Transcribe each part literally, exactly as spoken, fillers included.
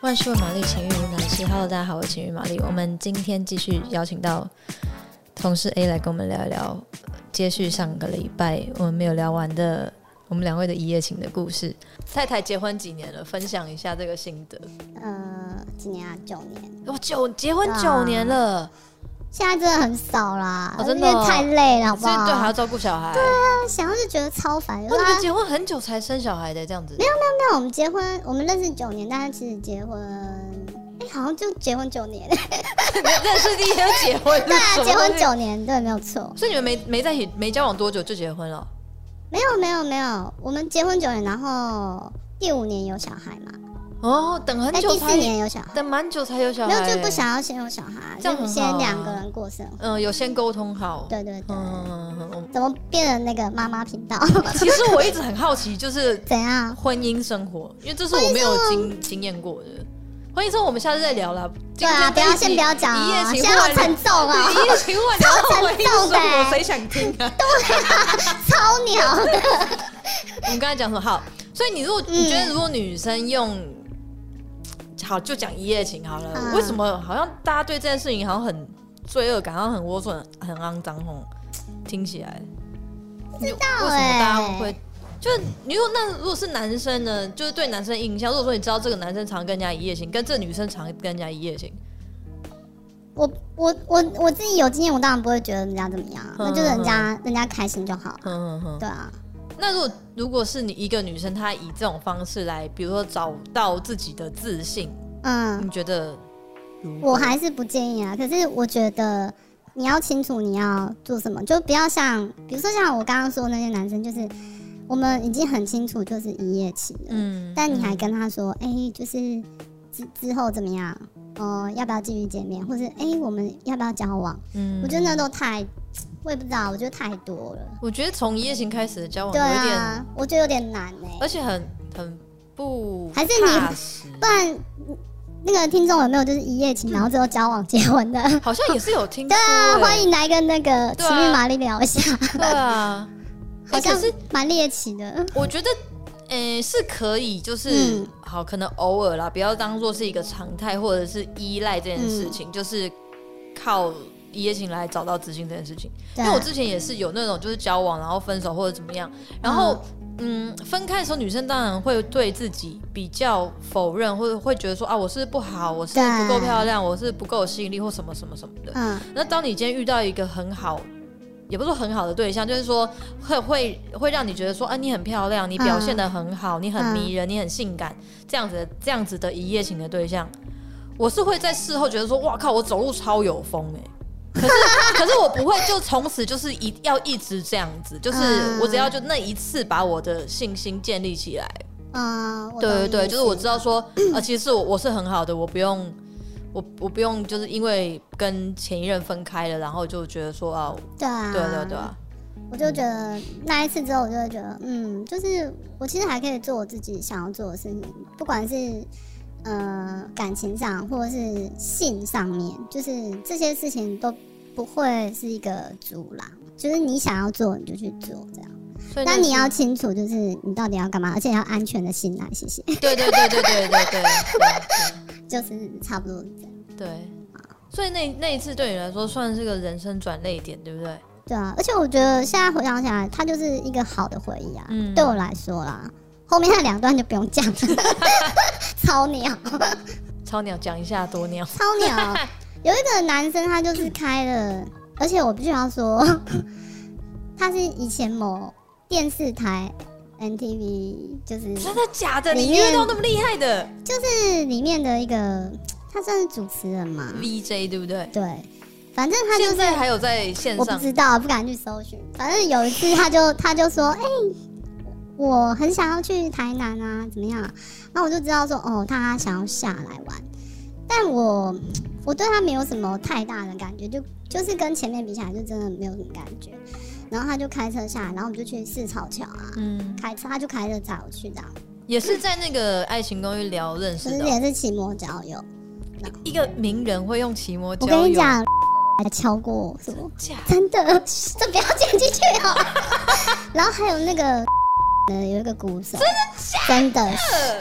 万事问玛丽，情欲无难事。Hello， 大家好，我是情欲玛丽。我们今天继续邀请到同事 A 来跟我们聊一聊，接续上个礼拜我们没有聊完的我们两位的一夜情的故事。太太结婚几年了？分享一下这个心得。 呃，今年啊，九年。 我、哦、九结婚九年了。 现在真的很少啦， 哦、真的、哦、 因为太累了，好不好？ 所以对，还要照顾小孩。 对啊，想要是觉得超烦。 哇，你们结婚很久才生小孩的这样子？ 没有没有没有，我们结婚，我们认识九年，但是其实结婚，哎、欸，好像就结婚九年。 认识第一天就结婚？ 对啊，结婚九年，对，没有错。 所以你们没没在一起，没交往多久就结婚了？ 没有没有没有，我们结婚九年，然后第五年有小孩嘛。 哦，等很久才， 第四年有小孩， 等蛮久才有小孩， 没有就不想要先有小孩， 这样很好、啊、 就先两个人过生活。 嗯，有先沟通好。 对对对。 嗯嗯嗯。 怎么变成那个妈妈频道？ 其实我一直很好奇，就是怎样婚姻生活，因为这是我没有经经验过的。婚姻生活我们下次再聊啦。 对啊，不要先不要讲啊，现在好沉重啊！ 一夜情忽然聊到婚姻生活，谁想听啊？ 对啊，超鸟的。 我们刚才讲什么？好，所以你如果你觉得如果女生用。好，就讲一夜情好了、嗯。为什么好像大家对这件事情好像很罪恶感，好像很龌龊、很肮脏吼？听起来， 不知道哎、欸。 为什么大家会？就是你说那如果是男生呢？就是对男生印象，如果说你知道这个男生常跟人家一夜情，跟这女生常跟人家一夜情， 我我我我自己有经验，我当然不会觉得人家怎么样，嗯、那就是人家人家开心就好。嗯嗯对啊。 那如果如果是你一个女生，她以这种方式来，比如说找到自己的自信，嗯，你觉得？ 我还是不建议啊。可是我觉得你要清楚你要做什么，就不要像，比如说像我刚刚说的那些男生，就是我们已经很清楚就是一夜情了，嗯，但你还跟他说，哎、欸，就是之之后怎么样？哦、呃，要不要继续见面，或是哎、欸，我们要不要交往？嗯，我觉得那都太。我也不知道，我觉得太多了。 我觉得从一夜情开始的交往有点， 对啊， 我觉得有点难哎、欸， 而且很很不还是你，不然那个听众有没有就是一夜情，然后最后交往结婚的？ 好像也是有听说、 欸。对啊，欢迎来跟那个情欲玛丽聊一下。 对啊， 好像是蛮猎奇的。 我觉得，诶、欸，是可以，就是、嗯、好，可能偶尔啦，不要当做是一个常态，或者是依赖这件事情，嗯、就是靠。一夜情来找到自信这件事情，因为我之前也是有那种就是交往然后分手或者怎么样，然后嗯分开的时候，女生当然会对自己比较否认，或者会觉得说啊我是不好，我是不够漂亮，我是不够有吸引力或什么什么什么的。嗯，那当你今天遇到一个很好，也不是说很好的对象，就是说会会会让你觉得说啊你很漂亮，你表现得很好，嗯、你很迷人，你很性感，这样子的这样子的一夜情的对象，我是会在事后觉得说哇靠，我走路超有风哎、欸。可是，可是我不会就从此就是一要一直这样子，就是我只要就那一次把我的信心建立起来。嗯，对对对，就是我知道说，呃，其实我我是很好的，我不用，我我不用就是因为跟前一任分开了，然后就觉得说啊， 对啊， 对对对啊， 我就觉得那一次之后，我就会觉得，嗯，就是我其实还可以做我自己想要做的事情，不管是。呃，感情上或者是性上面，就是这些事情都不会是一个阻拦，就是你想要做你就去做这样。但你要清楚，就是你到底要干嘛，而且要安全的信赖，谢谢。 对对对对对对对对， 就是差不多这样。 对，所以那那一次对你来说算是个人生转捩点，对不对？ 对啊，而且我觉得现在回想起来，它就是一个好的回忆啊。嗯，对我来说啦。后面那两段就不用讲了。超鸟， 超鸟讲一下多鸟。 超鸟，有一个男生他就是开了，而且我必须要说，他是以前某电视台 N T V， 就是真的假的？你遇到那么厉害的？ 就是里面的一个，他算是主持人嘛 ，V J 对不对？ 对，反正他就是现在还有在线上， 我不知道，不敢去搜寻。反正有一次他就他就说，哎、欸。我很想要去台南啊，怎么样？然后我就知道说，哦，他想要下来玩，但我我对他没有什么太大的感觉，就就是跟前面比起来，就真的没有什么感觉。然后他就开车下来，然后我们就去四草桥啊，嗯，开车他就开车载我去这样。 也是在那个爱情公寓聊认识的、哦， 其实也是骑摩交友。 一个名人会用骑摩交友， 我跟你讲，还敲过我什么？真的，这不要剪进去哦。然后还有那个。呃，有一个鼓手， 真的假的？ 真的，反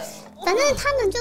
反正他们就是，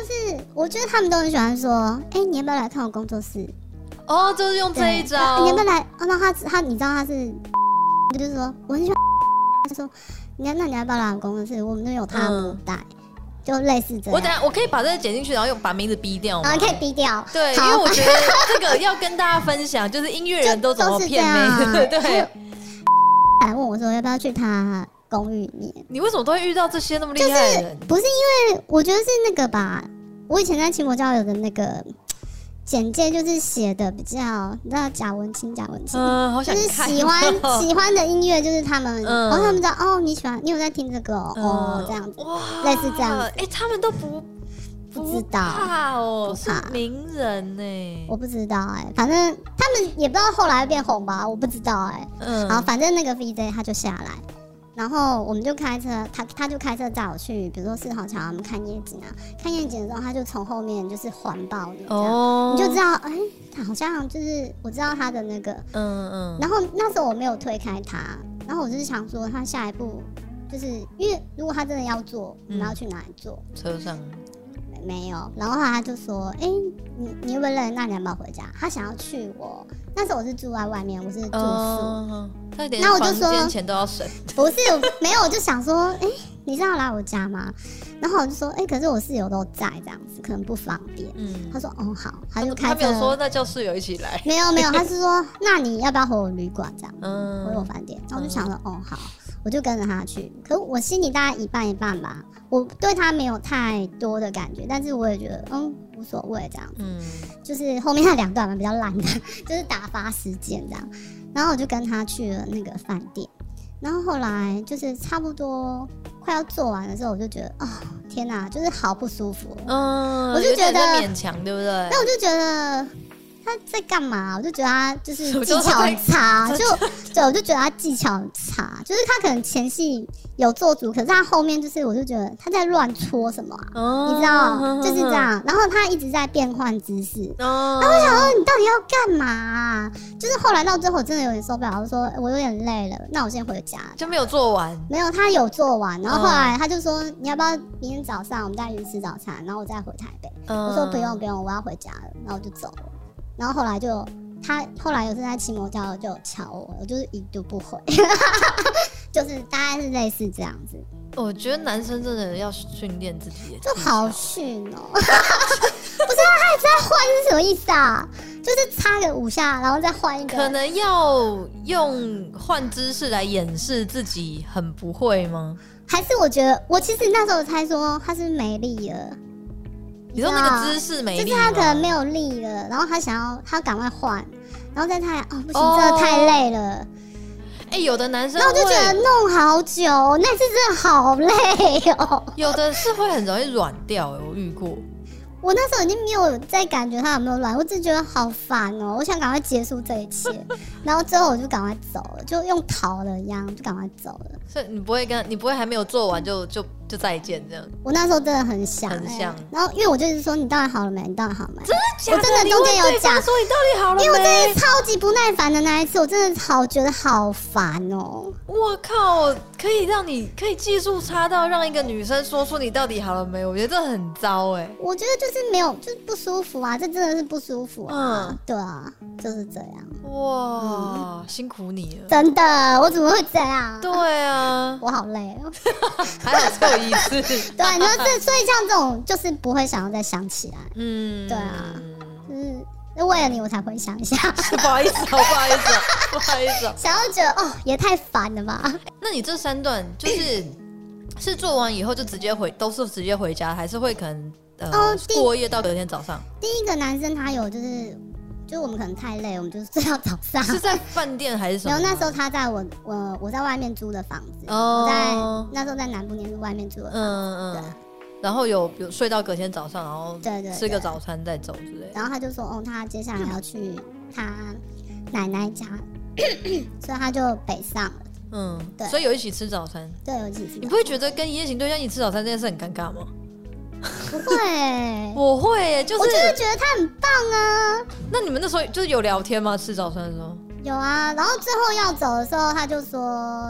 我觉得他们都很喜欢说，哎、欸，你要不要来看我工作室？ 哦，就是用这一招。 你要不要来？哦，那他他，你知道他是，就是说我很喜欢，他说，你看，那你要不要来我工作室？我们那有他母带。嗯，就类似这样。 我等下我可以把这个剪进去，然后用把名字逼掉吗？ 啊，可以逼掉。 对，因为我觉得这个要跟大家分享，就是音乐人都怎么骗妹。对。 来问我说要不要去他公寓里面？ 你为什么都会遇到这些那么厉害的人？ 就是、不是因为我觉得是那个吧？我以前在奇摩交友的那个简介就是写的比较，你知道贾文清，贾文清， 嗯，好想看。 就是喜欢喜欢的音乐就是他们，然、嗯、后、哦、他们知道哦，你喜欢，你有在听这个哦，嗯、哦这样子，哇，类似这样子。 哎、欸，他们都不不知道， 不怕哦， 不怕是名人呢、欸， 我不知道哎、欸，反正他们也不知道后来变红吧，我不知道哎、欸。嗯，然后反正那个 V J 他就下来。然后我们就开车，他他就开车载我去，比如说四号桥，我们看夜景啊。看夜景的时候，他就从后面就是环抱你，这样、哦、你就知道，哎、欸，好像就是我知道他的那个，嗯嗯。然后那时候我没有推开他，然后我就是想说，他下一步就是因为如果他真的要坐，我们要去哪里坐？ 车上。 没有，然后他就说：“哎、欸，你你有没有累？那你要不要回家？”他想要去我，那时候我是住在外面，我是住宿，哦、 那我就说房间钱都要省。 不是，没有，我就想说，哎、欸，你是要来我家吗？然后我就说，哎、欸，可是我室友都在，这样子可能不方便。嗯，他说，哦，好，他就开车。 他没有说那叫室友一起来。 没有没有，他是说，那你要不要回我旅馆这样？嗯，回我饭店。然后我就想说，哦，好。我就跟着他去，可是我心里大概一半一半吧。我对他没有太多的感觉，但是我也觉得嗯无所谓这样子。嗯，就是后面那两段嘛比较烂的，就是打发时间这样。然后我就跟他去了那个饭店，然后后来就是差不多快要做完的时候，我就觉得哦天哪，就是好不舒服。嗯，我就觉得勉强，对不对？ 那我就觉得。他在干嘛？我就觉得他就是技巧很差，就对，我就觉得他技巧很差，就是他可能前戏有做足，可是他后面就是我就觉得他在乱戳什么、啊哦，你知道，就是这样。然后他一直在变换姿势，哦、然后我想说你到底要干嘛、啊？就是后来到最后我真的有点受不了，我说我有点累了，那我先回家。 就没有做完？ 没有，他有做完。然后后来他就说、嗯、你要不要明天早上我们再一起吃早餐，然后我再回台北。嗯、我说不用不用，我要回家了，然后我就走了。然后后来就他后来有次在奇摩交友就有敲我，我就是已读不回，就是大概是类似这样子。 我觉得男生真的要训练自己的， 就好训哦。不是他还在换是什么意思啊？就是插个五下，然后再换一个。 可能要用换姿势来掩饰自己很不会吗？ 还是我觉得我其实那时候猜说他是没力了。 你说那个姿势没力， 就是他可能没有力了，然后他想要他赶快换，然后再太哦不行，哦、真的太累了。 哎、欸，有的男生， 那我就觉得弄好久，那次真的好累哦。 有的是会很容易软掉，哎，我遇过。 我那时候已经没有在感觉他有没有软，我只觉得好烦哦，我想赶快结束这一切，然后最后我就赶快走了，就用逃的一样，就赶快走了。 所以你不会跟你不会还没有做完就就就再见这样？ 我那时候真的很想、欸， 很想。 然后因为我就是说你到底好了没？你到底好了没？ 真的假的？ 我真的中间有讲说你到底好了没？ 因为我真的超级不耐烦的那一次，我真的好觉得好烦哦。 我靠，可以让你可以技术差到让一个女生说出你到底好了没？我觉得这很糟哎、欸。 我觉得就是没有，就是不舒服啊，这真的是不舒服啊。嗯，对啊，就是这样。 哇，嗯、辛苦你了， 真的，我怎么会这样？ 对啊， 我好累哦。 还好只有一次。 对，你说这，所以像这种就是不会想要再想起来。嗯，对啊，就是为了你我才回想一下。 不好意思，不好意思，不好意思。 想要觉得哦，也太烦了吧？ 那你这三段就是是做完以后就直接回，都是直接回家，还是会可能呃、哦、过夜到隔天早上？ 第一个男生他有就是。就是我们可能太累，我们就睡到早上。 是在饭店还是什么？ 没有，那时候他在我我我在外面租的房子，哦、我在那时候在南部念书，外面租的房子。嗯嗯。对。然后有有睡到隔天早上，然后对对吃个早餐再走之类的。 然后他就说，哦，他接下来要去他奶奶家，所以他就北上了。 嗯，对。所以有一起吃早餐。 对，有一起吃早餐。 你不会觉得跟一夜情对象一起吃早餐这件事很尴尬吗？ 不会、欸， 我会、欸，就是我就是觉得他很棒啊。 那你们那时候就是有聊天吗？吃早餐的时候有啊。然后最后要走的时候，他就说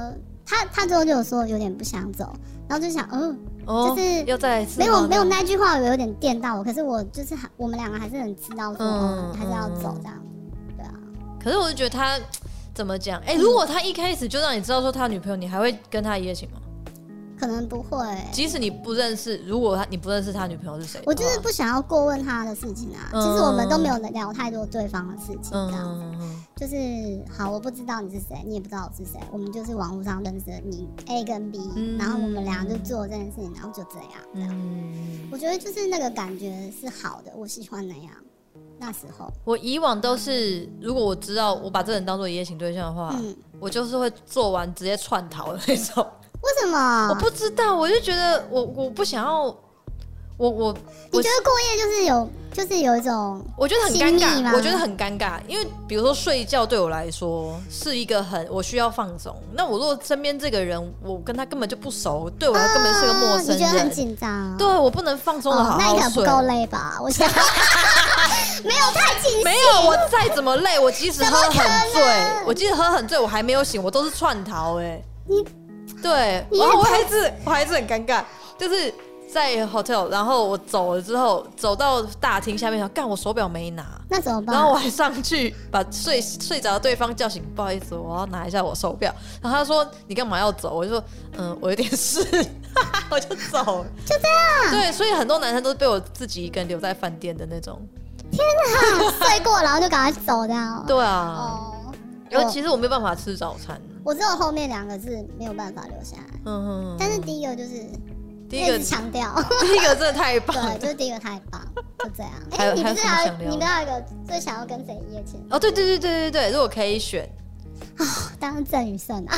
他他最后就有说有点不想走，然后就想，嗯、呃，哦、就是要再来一次， 没有没有那句话有点电到我，可是我就是我们两个还是很知道说，嗯，还是要走这样，对啊。 可是我就觉得他怎么讲？哎、欸，如果他一开始就让你知道说他女朋友，你还会跟他一夜情吗？ 可能不会、欸， 即使你不认识，如果他你不认识他女朋友是谁， 我就是不想要过问他的事情啊。嗯、其实我们都没有聊太多对方的事情，这样子。嗯、就是好，我不知道你是谁，你也不知道我是谁，我们就是网络上认识的你 A 跟 B，、嗯、然后我们俩就做这件事情，然后就这样，这样。嗯、我觉得就是那个感觉是好的，我喜欢那样。那时候我以往都是，如果我知道我把这人当做一夜情对象的话，嗯、我就是会做完直接窜逃的那种。 为什么？ 我不知道，我就觉得我我不想要，我我你觉得过夜就是有就是有一种我觉得很尴尬，我觉得很尴尬，因为比如说睡觉对我来说是一个很我需要放松，那我如果身边这个人我跟他根本就不熟，对我来根本是个陌生人， 你觉得很紧张？ 对，我不能放松的好好睡， 哦、那你可能不够累吧？我想没有太尽兴， 没有，我再怎么累，我即使喝很醉，我即使喝很醉，我还没有醒，我都是窜逃哎、欸， 你。 对，然后我还是我还是很尴尬，就是在 hotel， 然后我走了之后，走到大厅下面，干我手表没拿， 那怎么办？ 然后我还上去把睡睡着的对方叫醒，不好意思，我要拿一下我手表。然后他说你干嘛要走？我就说嗯，我有点事，我就走了， 就这样。 对，所以很多男生都是被我自己一个人留在饭店的那种。 天哪，睡过然后就赶快走掉。 对啊，哦，因为其实我没有办法吃早餐。 我只有后面两个是没有办法留下来，嗯哼，但是第一个就是第一个强调， 第一个真的太棒了， 对，就是第一个太棒，就这样。哎、欸，你不是还有你不要一个最想要跟谁一夜情？ 哦，对对对对对对，如果可以选， 啊、哦，当然郑宇盛啊。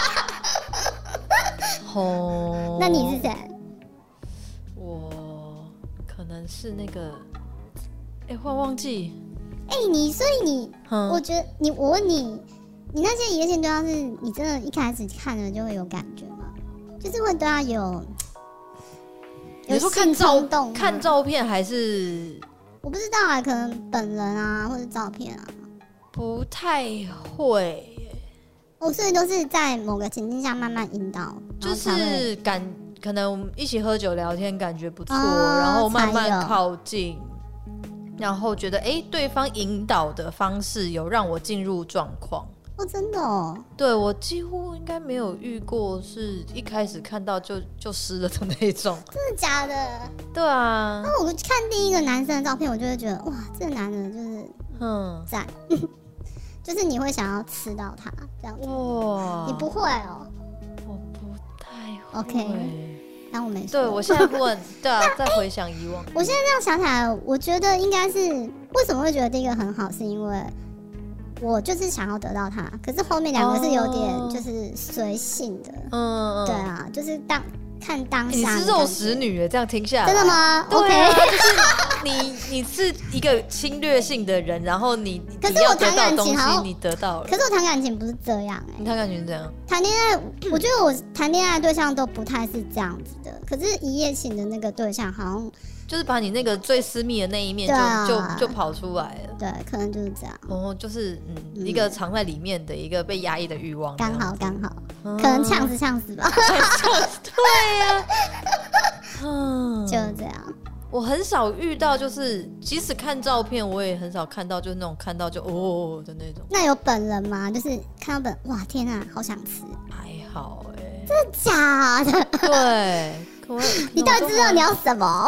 哦， 那你是谁？ 我可能是那个，哎、欸，我忘记。 哎、欸，你所以你，嗯、我觉得你，我问你。你那些一夜情对象是你真的一开始看了就会有感觉吗？就是会对他有有性冲动？看照片还是我不知道啊，可能本人啊或者照片啊， 不太会。 哦，所以都是在某个情境下慢慢引导， 就是感可能我们一起喝酒聊天，感觉不错，哦、然后慢慢靠近，然后觉得哎、欸，对方引导的方式有让我进入状况。 哦，真的哦， 对，我几乎应该没有遇过是一开始看到就就湿了的那种。 真的假的？ 对啊。 那我看第一个男生的照片，我就会觉得哇，这个男的就是嗯赞，就是你会想要吃到他这样子。哇，你不会哦？ 我不太会。 OK， 当我没说。 对，我现在不问，对啊，再回想以往。 我现在这样想起来，我觉得应该是为什么会觉得第一个很好，是因为。我就是想要得到他，可是后面两个是有点就是随性的，嗯，对啊，就是当看当下。 你是肉食女耶，这样听下来。 真的吗？ 对啊， okay 就是你你是一个侵略性的人，然后你可是我谈感情好， 你得到了。 可是我谈感情不是这样哎、欸， 你谈感情是这样？ 谈恋爱，我觉得我谈恋爱的对象都不太是这样子的，可是一夜情的那个对象好像。 就是把你那个最私密的那一面就、啊、就就跑出来了， 对，可能就是这样。 哦，就是嗯，嗯一个藏在里面的一个被压抑的欲望， 刚好刚好，嗯、可能呛死呛死吧。 对呀、啊， 嗯，就是这样。 我很少遇到，就是即使看照片，我也很少看到，就是那种看到就哦的那种。 那有本人吗？就是看到本，哇，天啊，好想吃。 还好哎、欸， 真的假的？ 对。 你到底知道你要什么？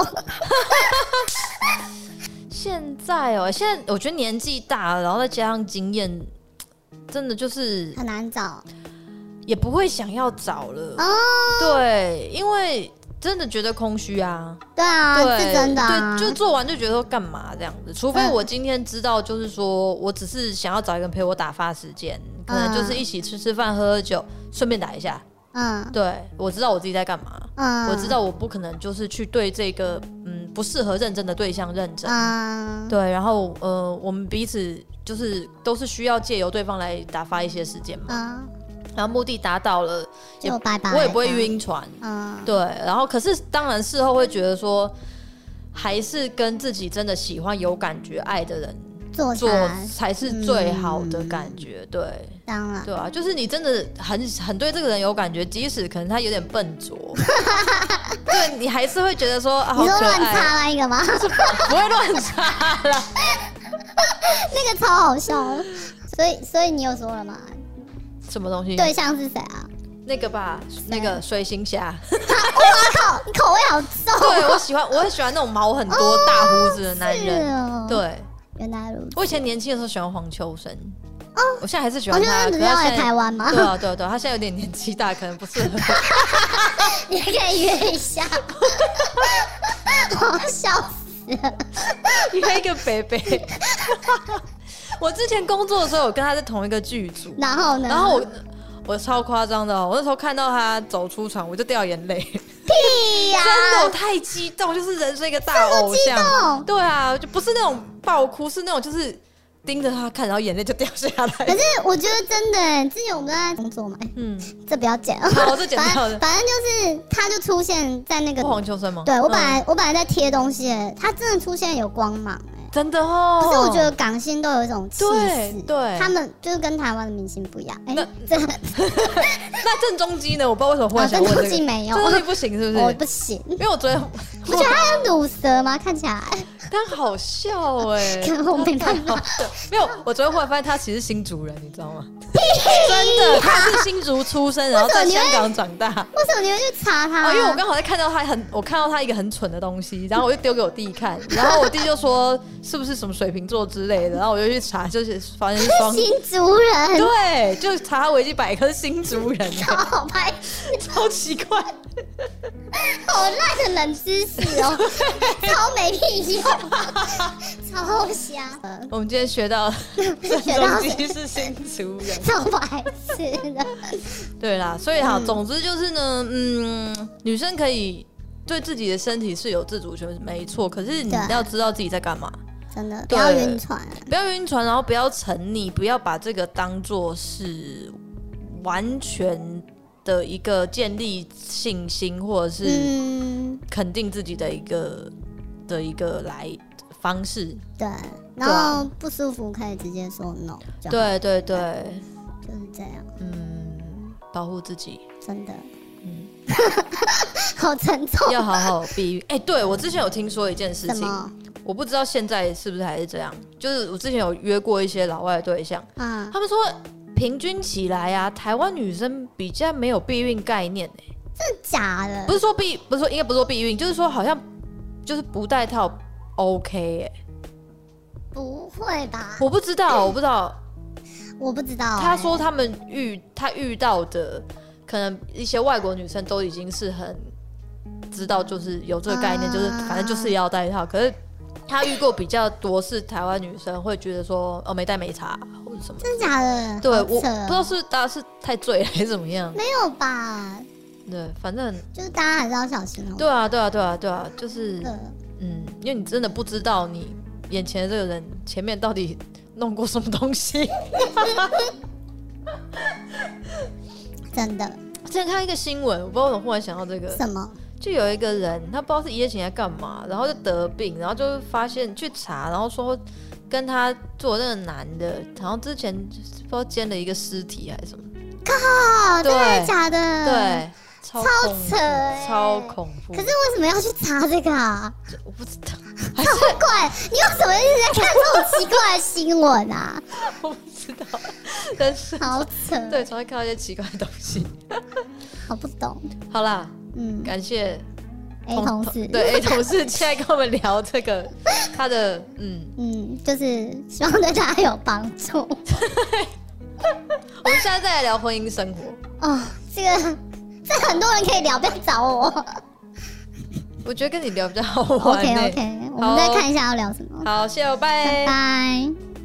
现在哦，现在我觉得年纪大了，然后再加上经验，真的就是很难找， 也不会想要找了。哦，对，因为真的觉得空虚啊。 对啊，对是真的、啊。 对，就做完就觉得说干嘛这样子？除非我今天知道，就是说我只是想要找一个人陪我打发时间，可能就是一起吃吃饭、喝喝酒，顺便打一下。嗯，对，我知道我自己在干嘛，嗯，我知道我不可能就是去对这个嗯不适合认真的对象认真，嗯，对，然后呃，我们彼此就是都是需要借由对方来打发一些时间嘛，嗯，然后目的达到了， 就拜拜， 我也不会晕船，嗯，对，然后可是当然事后会觉得说，还是跟自己真的喜欢、有感觉、爱的人做做才是最好的感觉。嗯、对， 当然， 对啊，就是你真的很很对这个人有感觉，即使可能他有点笨拙，对你还是会觉得说啊，好可爱。 你说乱插那一个吗？ 不会乱插啦， 那个超好笑的。所以，所以你有说了吗？ 什么东西？ 对象是谁啊？ 那个吧，那个水行侠。 哇靠，你口味好重。 对，我喜欢，我很喜欢那种毛很多、哦、大胡子的男人。 哦、 对， 原来如此。 我以前年轻的时候喜欢黄秋生。 哦， 我现在还是喜欢他。 黄秋生不是要来台湾吗？ 对啊，对啊，对啊，他现在有点年纪大，可能不适合。 你可以约一下。我笑死了。 约一个北北。我之前工作的时候，有跟他在同一个剧组。 然后呢？ 然后我。我超夸张的、哦，我那时候看到他走出场，我就掉眼泪。 屁呀、啊！ 真的，我太激动，就是人生一个大偶像。对啊，就不是那种爆哭，是那种就是盯着他看，然后眼泪就掉下来。 可是我觉得真的，之前我们在工作嘛，嗯，这不要剪了， 好，这剪掉的。 反正就是他就出现在那个黄秋生吗？ 对我本来、嗯、我本来在贴东西，他真的出现有光芒。 真的哦， 可是我觉得港星都有一种气势， 对， 他们就是跟台湾的明星不一样。哎、欸，这那郑中基呢？我不知道为什么忽然想问这个。 郑中基没有， 郑中基不行是不是？ 我不行， 因为我昨天不觉得他有乳蛇吗？看起来， 但好笑哎、欸， 跟我没办法。 没有，我昨天忽然发现他其实是新竹人，你知道吗？真的，他是新竹出生，然后在香港长大。 为什么你会去查他、啊哦？因为我刚好在看到他很，我看到他一个很蠢的东西，然后我就丢给我弟看，然后我弟就说是不是什么水瓶座之类的，然后我就去查，就是发现是双新竹人， 对，就查他维基百科是新竹人， 超白超奇怪， 好烂的冷知识哦，超没屁用，超瞎。 我们今天学到郑中基是新竹人。 超白痴的， 对啦，所以好，嗯、总之就是呢，嗯，女生可以对自己的身体是有自主权，没错。可是你要知道自己在干嘛， 真的不要晕船， 不要晕船，然后不要沉溺，不要把这个当作是完全的一个建立信心或者是肯定自己的一个的一个来方式。 对，然后不舒服可以直接说 no。 对对对。 就是这样， 嗯，保护自己， 真的，嗯，好沉重， 要好好避孕。哎、欸，对我之前有听说一件事情，我不知道现在是不是还是这样。就是我之前有约过一些老外的对象，嗯，他们说平均起来啊，台湾女生比较没有避孕概念、欸，哎， 真的假的？ 不是说避，不是说应该不是说避孕，就是说好像就是不戴套 OK， 哎、欸， 不会吧？ 我不知道，我不知道。 我不知道、欸， 他说他们遇他遇到的可能一些外国女生都已经是很知道，就是有这个概念，uh、就是反正就是要戴套。可是他遇过比较多是台湾女生会觉得说哦没戴没查或者什么， 真的假的？ 对，我不知道是大家是太醉了还是怎么样？ 没有吧？ 对，反正就是大家还是要小心哦。 对啊，对啊，对啊，对啊，就是嗯，因为你真的不知道你眼前的这个人前面到底弄过什么东西。 真的， 之前看一个新闻，我不知道为什么忽然想到这个什么， 就有一个人，他不知道是一夜情在干嘛，然后就得病，然后就发现去查，然后说跟他做那个男的，好像之前不知道奸了一个尸体还是什么。 靠，真的假的？ 对。超扯、欸， 超恐怖。 可是为什么要去查这个啊？ 我不知道， 超怪！你为什么一直在看这种奇怪的新闻啊？ 我不知道，但是好扯。 对，总会看到一些奇怪的东西。 好不懂。 好啦，嗯，感谢 A 同事， 对 A 同事现在跟我们聊这个他的，嗯嗯，就是希望对大家有帮助。 我们现在再来聊婚姻生活。 哦，这个。这很多人可以聊，不要找我。 我觉得跟你聊比较好玩、欸。 OK OK， 我们再看一下要聊什么。 好，谢谢，拜拜拜。